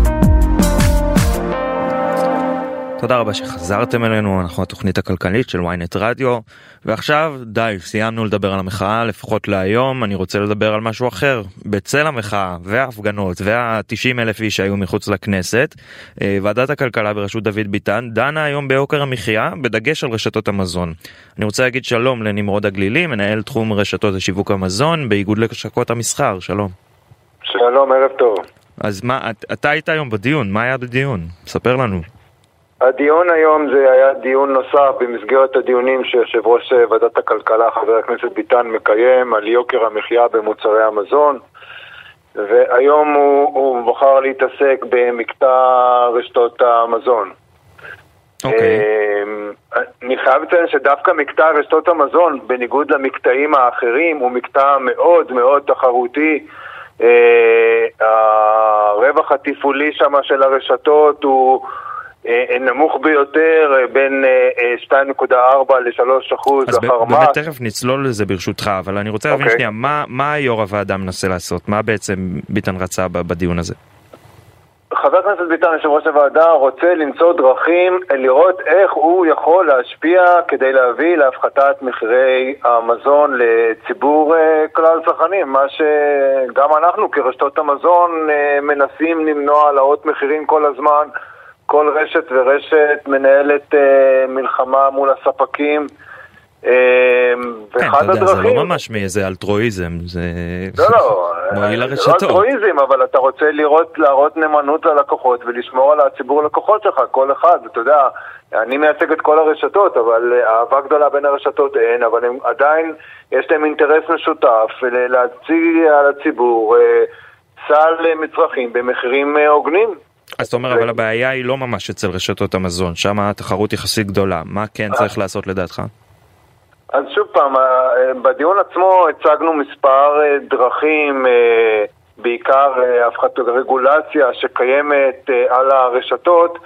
תודה רבה שחזרתם אלינו, אנחנו התוכנית הכלכלית של וויינט רדיו, ועכשיו די, סיימנו לדבר על המחאה, לפחות להיום. אני רוצה לדבר על משהו אחר. בצל המחאה וההפגנות וה-תשעים אלף איש שהיו מחוץ לכנסת, ועדת הכלכלה בראשות דוד ביטן דנה היום ביוקר המחיה, בדגש על רשתות המזון. אני רוצה להגיד שלום לנמרוד הגלילי, מנהל תחום רשתות השיווק המזון באיגוד לשכות המסחר. שלום. שלום, ערב טוב. אז מה, אתה היית היום בדיון, מה היה בדיון? ספר לנו. הדיון היום זה היה דיון נוסף במסגרת הדיונים שיושב ראש ועדת הכלכלה חבר הכנסת ביטן מקיים על יוקר המחיה במוצרי המזון, והיום הוא, הוא בוחר להתעסק במקטע רשתות המזון. אוקיי. אני חייב לציין שדווקא מקטע רשתות המזון בניגוד למקטעים האחרים הוא מקטע מאוד מאוד תחרותי. הרווח התפעולי שם של הרשתות הוא נמוך ביותר, בין שתיים נקודה ארבע לשלוש אחוז אחר מס. אז באמת תכף נצלול לזה ברשותך, אבל אני רוצה להבין שנייה, מה יו"ר הוועדה מנסה לעשות? מה בעצם ביטן רצה בדיון הזה? חבר הכנסת ביטן, יושב ראש הוועדה, רוצה למצוא דרכים לראות איך הוא יכול להשפיע כדי להביא להפחתת מחירי המזון לציבור כלל צרכנים, מה שגם אנחנו כרשתות המזון מנסים למנוע העלאות מחירים כל הזמן. כל רשת ורשת מנהלת uh, מלחמה מול הספקים כן, אתה יודע, זה לא ממש מאיזה אלטרואיזם, זה מועיל לרשתות. זה לא אלטרואיזם, אבל אתה רוצה להראות נאמנות ללקוחות ולשמור על הציבור לקוחות שלך, כל אחד, אתה יודע, אני מייצג את כל הרשתות, אבל אהבה גדולה בין הרשתות אין, אבל הם עדיין, יש להם אינטרס משותף להציע לציבור סל מצרכים במחירים הוגנים. אז אתה אומר, אבל הבעיה היא לא ממש אצל רשתות המזון, שם התחרות יחסית גדולה, מה כן צריך לעשות לדעתך? אז שוב פעם, בדיון עצמו הצגנו מספר דרכים, בעיקר הפחתת רגולציה שקיימת על הרשתות,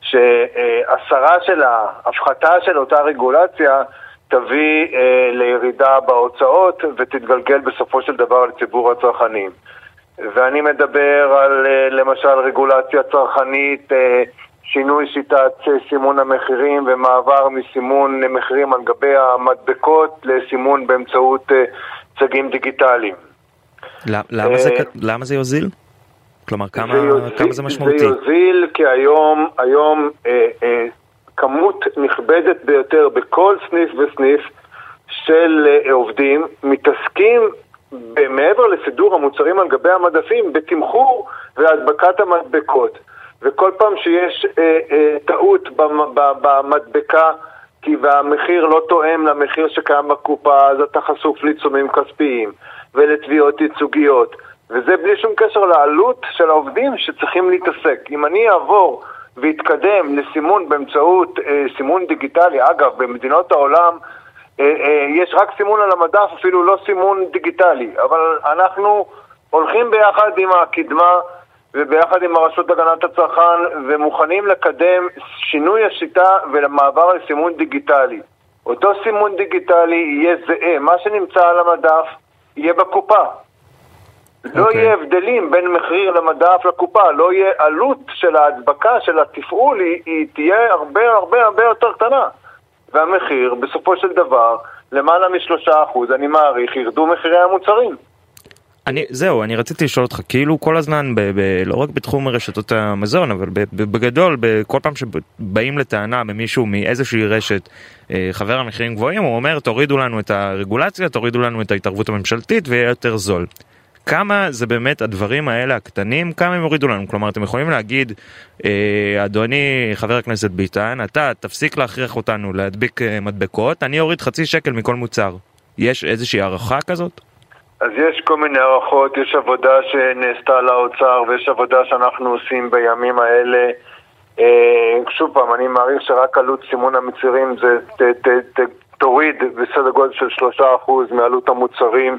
שהסרה שלה, הפחתה של אותה רגולציה, תביא לירידה בהוצאות ותתגלגל בסופו של דבר לציבור הצרכנים. ואני מדבר על למשל רגולציה צרכנית, שינוי שיטת סימון המחירים ומעבר מסימון מחירים על גבי המדבקות לסימון באמצעות צגים דיגיטליים. למה זה, למה זה יוזיל? כלומר, כמה, כמה זה משמעותי? זה יוזיל כי היום, היום אה, אה, כמות נכבדת ביותר בכל סניף וסניף של אה, עובדים מתעסקים במעבר לסידור המוצרים על גבי המדפים בתמחור והדבקת המדבקות. וכל פעם שיש אה, אה, טעות במדבקה כי והמחיר לא תואם למחיר שקיים בקופה, אז אתה חשוף לעיצומים כספיים ולתביעות ייצוגיות, וזה בלי שום קשר לעלות של העובדים שצריכים להתעסק. אם אני אעבור והתקדם לסימון באמצעות אה, סימון דיגיטלי, אגב במדינות העולם אה, אה, יש רק סימון על המדף, אפילו לא סימון דיגיטלי, אבל אנחנו הולכים ביחד עם הקדמה וביחד עם הרשות הגנת הצרכן ומוכנים לקדם שינוי השיטה ולמעבר לסימון דיגיטלי. אותו סימון דיגיטלי יהיה זהה, מה שנמצא על המדף יהיה בקופה. Okay. לא יהיה הבדלים בין מחיר למדף לקופה, לא יהיה עלות של ההדבקה, של התפעול, היא, היא תהיה הרבה הרבה הרבה יותר קטנה. והמחיר בסופו של דבר, למעלה משלושה אחוז, אני מעריך, ירדו מחירי המוצרים. אני, זהו, אני רציתי לשאול אותך, כאילו כל הזמן, ב, ב, לא רק בתחום רשתות המזון, אבל ב, ב, בגדול, בכל פעם שבאים לטענה במישהו מאיזושהי רשת, חבר המחירים גבוהים, הוא אומר, תורידו לנו את הרגולציה, תורידו לנו את ההתערבות הממשלתית, ויהיה יותר זול. כמה זה באמת הדברים האלה הקטנים, כמה הם הורידו לנו? כלומר, אתם יכולים להגיד, אדוני חבר הכנסת ביטן, אתה תפסיק להכריח אותנו להדביק מדבקות, אני אוריד חצי שקל מכל מוצר. יש איזושהי הערכה כזאת? אז יש כל מיני הערכות, יש עבודה שנעשתה לאוצר ויש עבודה שאנחנו עושים בימים האלה. שוב פעם, אני מעריך שרק עלות סימון המוצרים זה ת, ת, ת, תוריד בסדר גודל של שלושה אחוז מעלות המוצרים,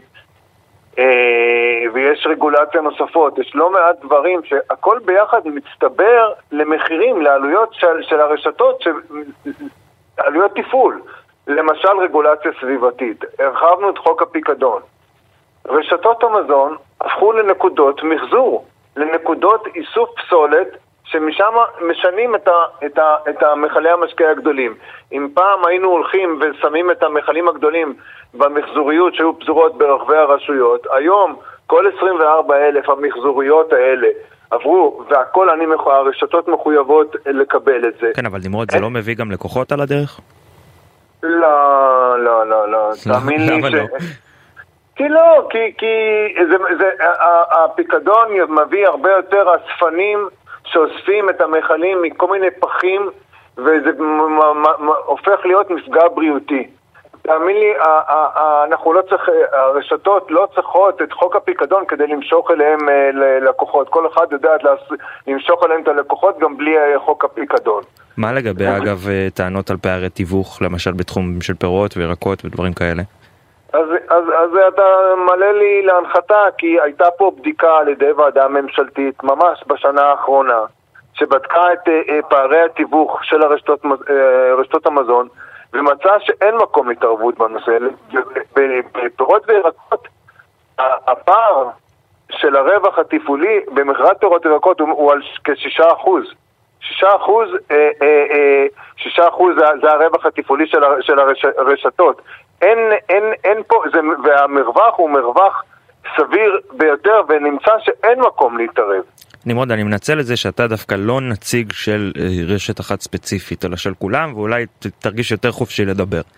ויש רגולציה נוספות. יש לא מעט דברים שהכל ביחד מצטבר למחירים, לעלויות של, של הרשתות, עלויות תפעול. למשל רגולציה סביבתית. הרחבנו את חוק הפיקדון. רשתות המזון הפכו לנקודות מחזור, לנקודות איסוף פסולת שמשם משנים את, ה, את, ה, את המחלי המשקה הגדולים. אם פעם היינו הולכים ושמים את המחלים הגדולים במחזוריות שהיו פזורות ברחבי הרשויות, היום כל עשרים וארבע אלף המחזוריות האלה עברו, והכל אני, הרשתות מחויבות לקבל את זה. כן, אבל נמרוד, זה לא מביא גם לקוחות על הדרך? לא, לא, לא, לא. תאמין לי ש... למה לא? כי לא, כי, כי זה, זה, הפיקדון מביא הרבה יותר אספנים שאוספים את המחלים מכל מיני פחים, וזה הופך להיות מפגע בריאותי. תאמין לי, אנחנו לא צריך, הרשתות לא צריכות את חוק הפיקדון כדי למשוך אליהם לקוחות. כל אחד יודע למשוך אליהם את הלקוחות גם בלי חוק הפיקדון. מה לגבי, אגב, טענות על פערי תיווך, למשל בתחום של פירות וירקות ודברים כאלה? אז, אז, אז אתה מלא לי להנחתה, כי הייתה פה בדיקה על ידי ועדה ממשלתית ממש בשנה האחרונה, שבדקה את uh, פערי התיווך של הרשתות, uh, רשתות המזון, ומצאה שאין מקום להתערבות בנושא. בפירות וירקות, הפער של הרווח התפעולי במכירת פירות וירקות הוא, הוא על כשישה אחוז. שישה אחוז, שישה אחוז זה, זה הרווח התפעולי של, של הרשתות. אין, אין, אין פה, זה, והמרווח הוא מרווח סביר ביותר, ונמצא שאין מקום להתערב. נמרוד, אני מנצל את זה שאתה דווקא לא נציג של רשת אחת ספציפית, אלא של כולם, ואולי תרגיש יותר חופשי לדבר.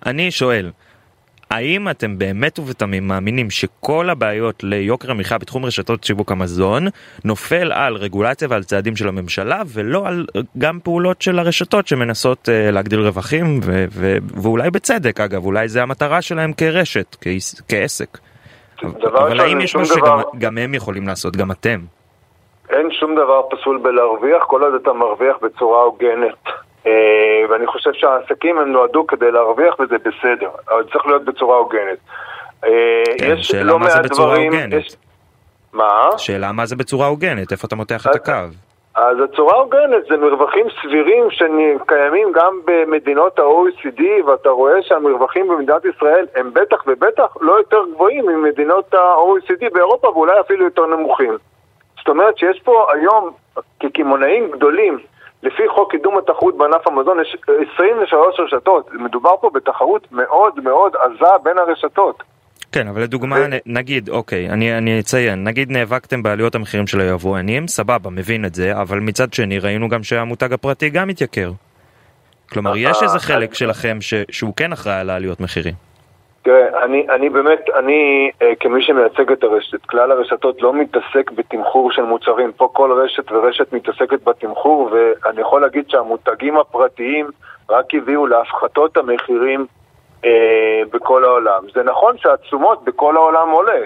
אני שואל, האם אתם באמת ובתמים מאמינים שכל הבעיות ליוקר המחיה בתחום רשתות שיווק המזון נופל על רגולציה ועל צעדים של הממשלה ולא על גם פעולות של הרשתות שמנסות uh, להגדיל רווחים ו- ו- ואולי בצדק אגב, אולי זה המטרה שלהם כרשת, כעס- כעסק. אבל האם יש משהו שגם גם הם יכולים לעשות, גם אתם? אין שום דבר פסול בלהרוויח, כל עוד אתה מרוויח בצורה הוגנת. ואני חושב שהעסקים הם נועדו כדי להרוויח וזה בסדר, אבל צריך להיות בצורה הוגנת. יש לא מעט דברים... מה? שאלה מה זה בצורה הוגנת, איפה אתה מותח את הקו? אז הצורה הוגנת זה מרווחים סבירים שקיימים גם במדינות ה-או אי סי די, ואתה רואה שהמרווחים במדינת ישראל הם בטח ובטח לא יותר גבוהים ממדינות ה-או אי סי די באירופה, ואולי אפילו יותר נמוכים. זאת אומרת שיש פה היום כקמעונאים גדולים, לפי חוק קידום התחרות בענף המזון יש עשרים ושלוש רשתות. מדובר פה בתחרות מאוד מאוד עזה בין הרשתות. כן, אבל לדוגמה, נגיד, אוקיי, אני, אני אציין, נגיד נאבקתם בעליות המחירים של היבואנים, סבבה, מבין את זה, אבל מצד שני ראינו גם שהמותג הפרטי גם מתייקר. כלומר, יש איזה חלק שלכם ש, שהוא כן אחראי על העליות מחירים. תראה, אני, אני באמת, אני כמי שמייצג את הרשת, כלל הרשתות לא מתעסק בתמחור של מוצרים. פה כל רשת ורשת מתעסקת בתמחור, ואני יכול להגיד שהמותגים הפרטיים רק הביאו להפחתות המחירים אה, בכל העולם. זה נכון שהתשומות בכל העולם עולה.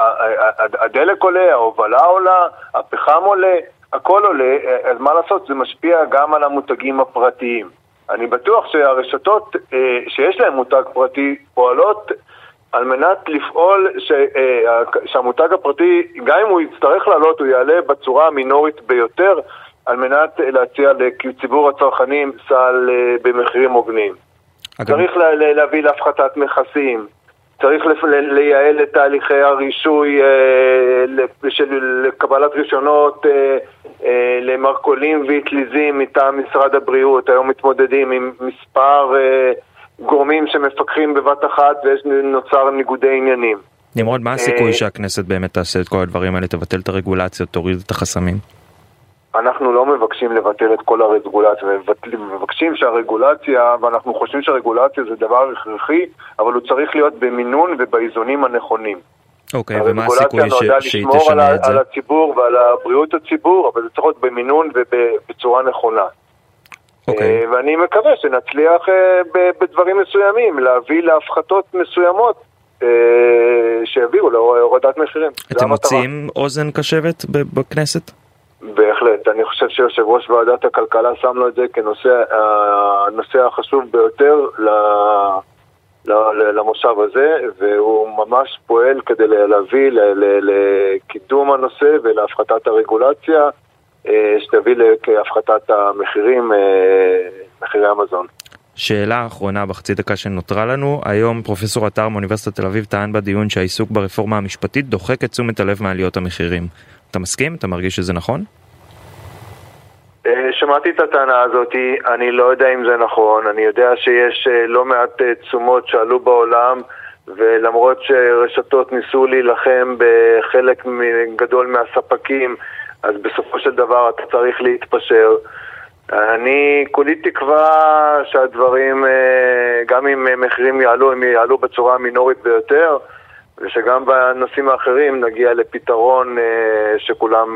הדלק עולה, ההובלה עולה, הפחם עולה, הכל עולה. אז מה לעשות? זה משפיע גם על המותגים הפרטיים. אני בטוח שהרשתות אה, שיש להם מותג פרטי פועלות על מנת לפעול ש, אה, שהמותג הפרטי, גם אם הוא יצטרך לעלות, הוא יעלה בצורה המינורית ביותר על מנת להציע לציבור הצרכנים סל אה, במחירים הוגנים. אגב... צריך לה, להביא להפחתת מכסים, צריך לייעל את תהליכי הרישוי אה, של קבלת רישיונות אה, אה, למרכולים ואטליזים מטעם משרד הבריאות. היום מתמודדים עם מספר אה, גורמים שמפקחים בבת אחת ויש נוצר ניגודי עניינים. נמרוד, מה הסיכוי אה, שהכנסת באמת תעשה את כל הדברים האלה, תבטל את הרגולציה, תוריד את החסמים? אנחנו לא מבקשים לבטל את כל הרגולציה, מבקשים שהרגולציה, ואנחנו חושבים שהרגולציה זה דבר הכרחי, אבל הוא צריך להיות במינון ובאיזונים הנכונים. אוקיי, ומה הסיכוי שהיא תשנה את זה? הרגולציה נועדה לשמור על הציבור ועל הבריאות הציבור, אבל זה צריך להיות במינון ובצורה נכונה. אוקיי. ואני מקווה שנצליח בדברים מסוימים, להביא להפחתות מסוימות שיביאו להורדת מחירים. אתם מוצאים אוזן קשבת בכנסת? בהחלט, אני חושב שיושב ראש ועדת הכלכלה שם לו את זה כנושא הנושא החשוב ביותר למושב הזה, והוא ממש פועל כדי להביא לקידום הנושא ולהפחתת הרגולציה שתביא להפחתת המחירים, מחירי המזון. שאלה האחרונה בחצי דקה שנותרה לנו, היום פרופסור עטר מאוניברסיטת תל אביב טען בדיון שהעיסוק ברפורמה המשפטית דוחק את תשומת הלב מעליות המחירים. אתה מסכים? אתה מרגיש שזה נכון? שמעתי את הטענה הזאת, אני לא יודע אם זה נכון, אני יודע שיש לא מעט תשומות שעלו בעולם, ולמרות שרשתות ניסו להילחם בחלק גדול מהספקים, אז בסופו של דבר אתה צריך להתפשר. אני כולי תקווה שהדברים, גם אם מחירים יעלו, הם יעלו בצורה מינורית ביותר, ושגם בנושאים האחרים נגיע לפתרון שכולם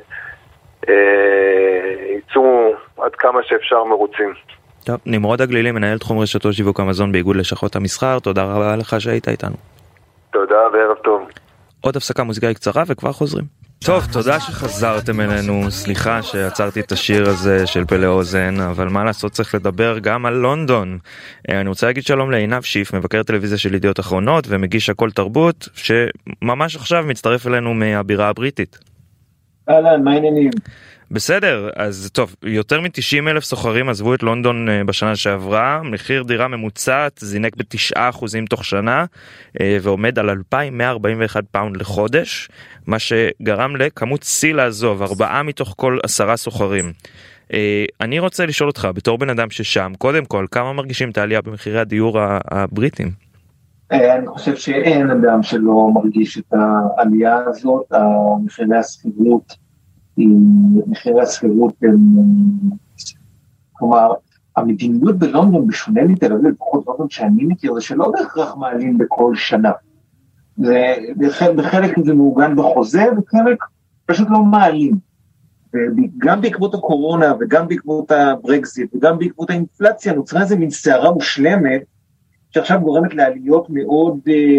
ייצאו עד כמה שאפשר מרוצים. טוב, נמרוד הגלילי, מנהל תחום רשתות שיווק המזון באיגוד לשכות המסחר, תודה רבה לך שהיית איתנו. תודה וערב טוב. עוד הפסקה מוזיקאית קצרה וכבר חוזרים. טוב, תודה שחזרתם אלינו, סליחה שעצרתי את השיר הזה של פלא אוזן, אבל מה לעשות, צריך לדבר גם על לונדון. אני רוצה להגיד שלום לעינב שיף, מבקר טלוויזיה של ידיעות אחרונות ומגיש הכל תרבות, שממש עכשיו מצטרף אלינו מהבירה הבריטית. אהלן, מה העניינים? בסדר, אז טוב, יותר מ-תשעים אלף סוחרים עזבו את לונדון בשנה שעברה, מחיר דירה ממוצעת זינק ב-תשעה אחוזים תוך שנה, ועומד על אלפיים מאה ארבעים ואחד פאונד לחודש, מה שגרם לכמות שיא לעזוב, ארבעה מתוך כל עשרה סוחרים. אני רוצה לשאול אותך, בתור בן אדם ששם, קודם כל, כמה מרגישים את העלייה במחירי הדיור הבריטים? אני חושב שאין אדם שלא מרגיש את העלייה הזאת, המחירי הסחירות, מחירי הסחירות הם, כלומר, המדיניות בלונדון, בשונה מתל אביב, לפחות לונדון שאני מכיר, זה שלא בהכרח מעלים בכל שנה. זה, בחלק זה מעוגן בחוזה, וחלק פשוט לא מעלים. וגם בעקבות הקורונה, וגם בעקבות הברקזיט, וגם בעקבות האינפלציה, נוצרה איזה מין סערה מושלמת, שעכשיו גורמת לעליות מאוד,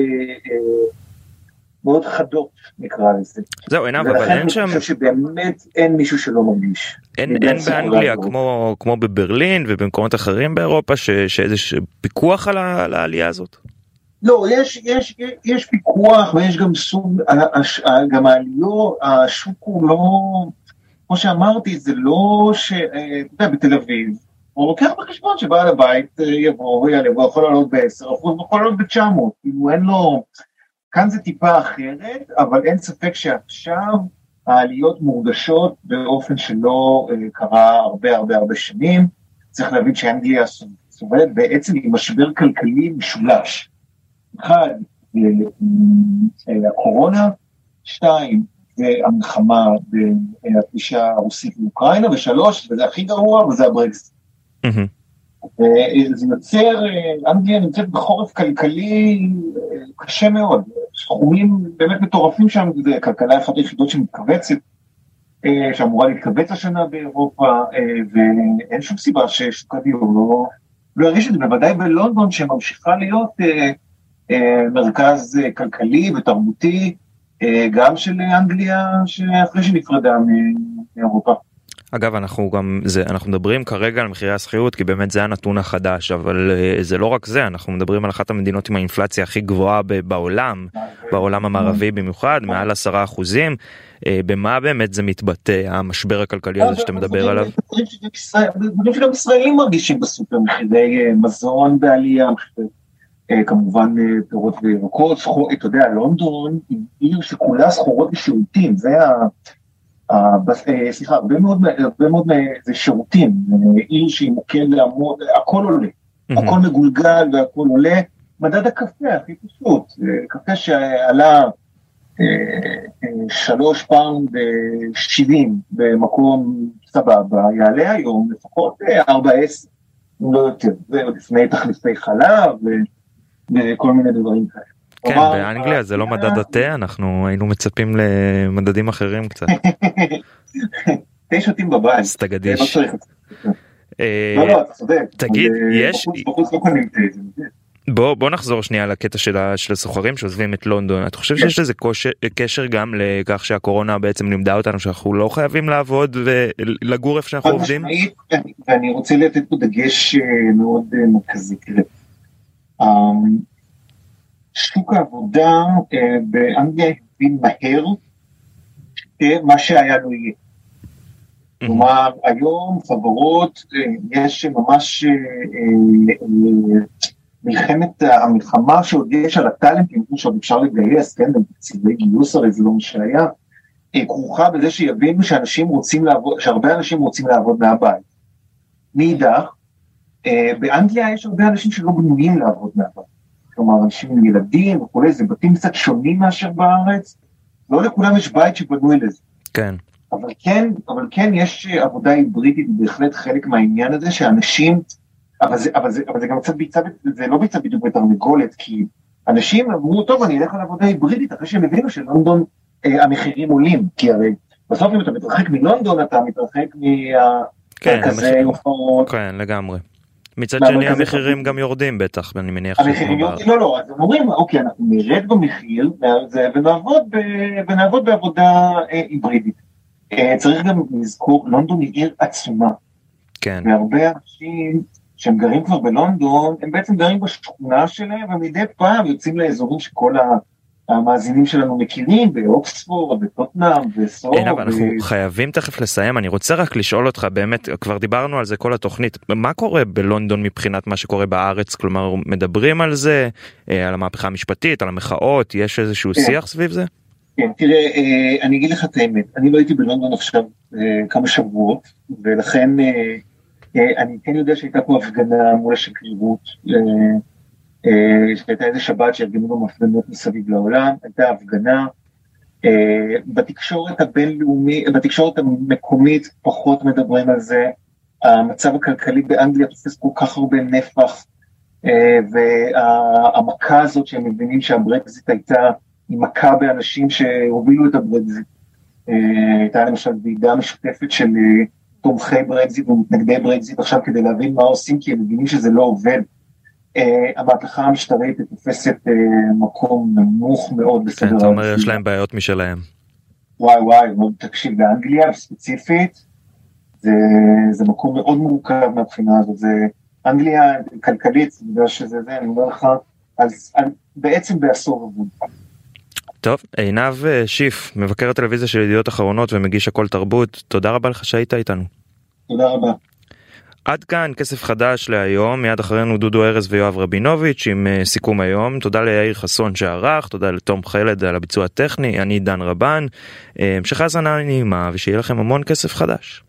מאוד חדות, נקרא לזה. זהו, אין, אבל אין שם... ולכן אני חושב שבאמת אין מישהו שלא מרגיש. אין, אין באנגליה, כמו, כמו בברלין ובמקומות אחרים באירופה, ש, שאיזה פיקוח על, ה, על העלייה הזאת? לא, יש, יש, יש פיקוח, ויש גם סוג, גם העליות, השוק הוא לא, כמו שאמרתי, זה לא ש... אתה יודע, בתל אביב, הוא לוקח בחשבון שבעל הבית יבוא ויעלה, הוא יכול לעלות ב-עשרה אחוז, הוא יכול לעלות ב-תשע מאות, כאילו אין לו... כאן זה טיפה אחרת, אבל אין ספק שעכשיו העליות מורגשות באופן שלא קרה הרבה הרבה הרבה שנים. צריך להבין שאנגליה סובלת בעצם עם משבר כלכלי משולש. אחד, הקורונה, שתיים, זה המלחמה בפלישה הרוסית באוקראינה, ושלוש, וזה הכי גרוע, וזה הברקזיט. זה יוצר, אנגליה נמצאת בחורף כלכלי קשה מאוד, סכומים באמת מטורפים שם, זה כלכלה אחת היחידות שמתכווצת, שאמורה להתכווץ השנה באירופה, ואין שום סיבה ששוק הדיור לא, לא ירגיש את זה, בוודאי בלונדון שממשיכה להיות מרכז כלכלי ותרבותי, גם של אנגליה שאחרי שנפרדה מאירופה. אגב, אנחנו גם, זה, אנחנו מדברים כרגע על מחירי השכירות, כי באמת זה הנתון החדש, אבל זה לא רק זה, אנחנו מדברים על אחת המדינות עם האינפלציה הכי גבוהה בעולם, בעולם המערבי במיוחד, מעל עשרה אחוזים. במה באמת זה מתבטא, המשבר הכלכלי הזה שאתה מדבר עליו? דברים שגם ישראלים מרגישים בסופר, מחירי מזון בעלייה, כמובן פירות וירקות, אתה יודע, לונדון היא עיר שכולה סחורות ושירותים, זה ה... סליחה, הרבה מאוד, הרבה מאוד זה שירותים, עיר שהיא מוקד לעמוד, הכל עולה, הכל מגולגל והכל עולה, מדד הקפה הכי פשוט, קפה שעלה שלוש פאונד שבעים במקום סבבה, יעלה היום לפחות ארבע עשר, לא יותר, זה לפני תחליפי חלב וכל מיני דברים כאלה. כן, באנגליה זה לא מדד התה, אנחנו היינו מצפים למדדים אחרים קצת. תה שותים בבית. אז תגדיש. לא, לא, אתה צודק. תגיד, יש... בחוץ לא קונים תה. בוא נחזור שנייה לקטע של הסוחרים שעוזבים את לונדון. אתה חושב שיש לזה קשר גם לכך שהקורונה בעצם לימדה אותנו שאנחנו לא חייבים לעבוד ולגור איפה שאנחנו עובדים? ואני רוצה לתת פה דגש מאוד מרכזי. שוק העבודה אה, באנגליה הבין מהר אה, מה שהיה לו יהיה. Mm-hmm. כלומר, היום חברות, אה, יש ממש אה, אה, מלחמת המלחמה שעוד יש על הטלנטים, שעוד אפשר לגייס, כן, בצבעי גיוס הרי זה לא מה שהיה, אה, כרוכה בזה שיבינו שאנשים רוצים לעבוד, שהרבה אנשים רוצים לעבוד מהבית. מאידך, אה, באנגליה יש הרבה אנשים שלא בנויים לעבוד מהבית. כלומר, אנשים עם ילדים וכולי, זה בתים קצת שונים מאשר בארץ, לא לכולם יש בית שבנוי לזה. כן. אבל כן, אבל כן יש עבודה היברידית, בהחלט חלק מהעניין הזה, שאנשים, אבל זה, אבל זה, אבל זה גם קצת ביצה, זה לא ביצה בדיוק בתרנגולת, כי אנשים אמרו, טוב, אני אלך על עבודה היברידית, אחרי שהם הבינו שלונדון אה, המחירים עולים, כי הרי בסוף אם אתה מתרחק מלונדון, אתה מתרחק מה... כן, כזה, כן, לגמרי. מצד שני המחירים גם יורדים בטח, אני מניח. המחירים יורדים, לא, לא, אז הם אומרים, אוקיי, אנחנו נרד במחיר, ונעבוד בעבודה היברידית. צריך גם לזכור, לונדון היא עיר עצומה. כן. והרבה אנשים שהם גרים כבר בלונדון, הם בעצם גרים בשכונה שלהם, ומדי פעם יוצאים לאזורים שכל המאזינים שלנו מכירים, באוקספורד, בטוטנאם, בסור. אין, אבל אנחנו חייבים תכף לסיים. אני רוצה רק לשאול אותך, באמת, כבר דיברנו על זה כל התוכנית, מה קורה בלונדון מבחינת מה שקורה בארץ? כלומר, מדברים על זה, על המהפכה המשפטית, על המחאות, יש איזשהו שיח סביב זה? כן, תראה, אני אגיד לך את האמת, אני לא הייתי בלונדון עכשיו כמה שבועות, ולכן אני כן יודע שהייתה פה הפגנה מול השגרירות, שהייתה איזה שבת שארגנו לו הפגנות מסביב לעולם, הייתה הפגנה, בתקשורת הבינלאומית, בתקשורת המקומית פחות מדברים על זה, המצב הכלכלי באנגליה תופס כל כך הרבה נפח, והמכה הזאת שהם מבינים שהברקזיט הייתה, היא מכה באנשים שהובילו את הברקזיט. הייתה למשל ועידה משותפת של תומכי ברקזיט ומתנגדי ברקזיט עכשיו כדי להבין מה עושים, כי הם מבינים שזה לא עובד. המהפכה המשטרית תופסת מקום נמוך מאוד בסדר. כן, אתה אומר, יש להם בעיות משלהם. וואי וואי, תקשיב, באנגליה ספציפית, זה, זה מקום מאוד מורכב מהבחינה הזאת, זה אנגליה כלכלית, בגלל שזה זה, אני אומר לך, אז בעצם בעשור אבוד. טוב, עינב שיף, מבקר הטלוויזיה של ידיעות אחרונות ומגיש הכל תרבות, תודה רבה לך שהיית איתנו. תודה רבה. עד כאן כסף חדש להיום, מיד אחרינו דודו ארז ויואב רבינוביץ' עם uh, סיכום היום. תודה ליאיר חסון שערך, תודה לתום חלד על הביצוע הטכני, אני דן רבן. המשך האזנה נעימה ושיהיה לכם המון כסף חדש.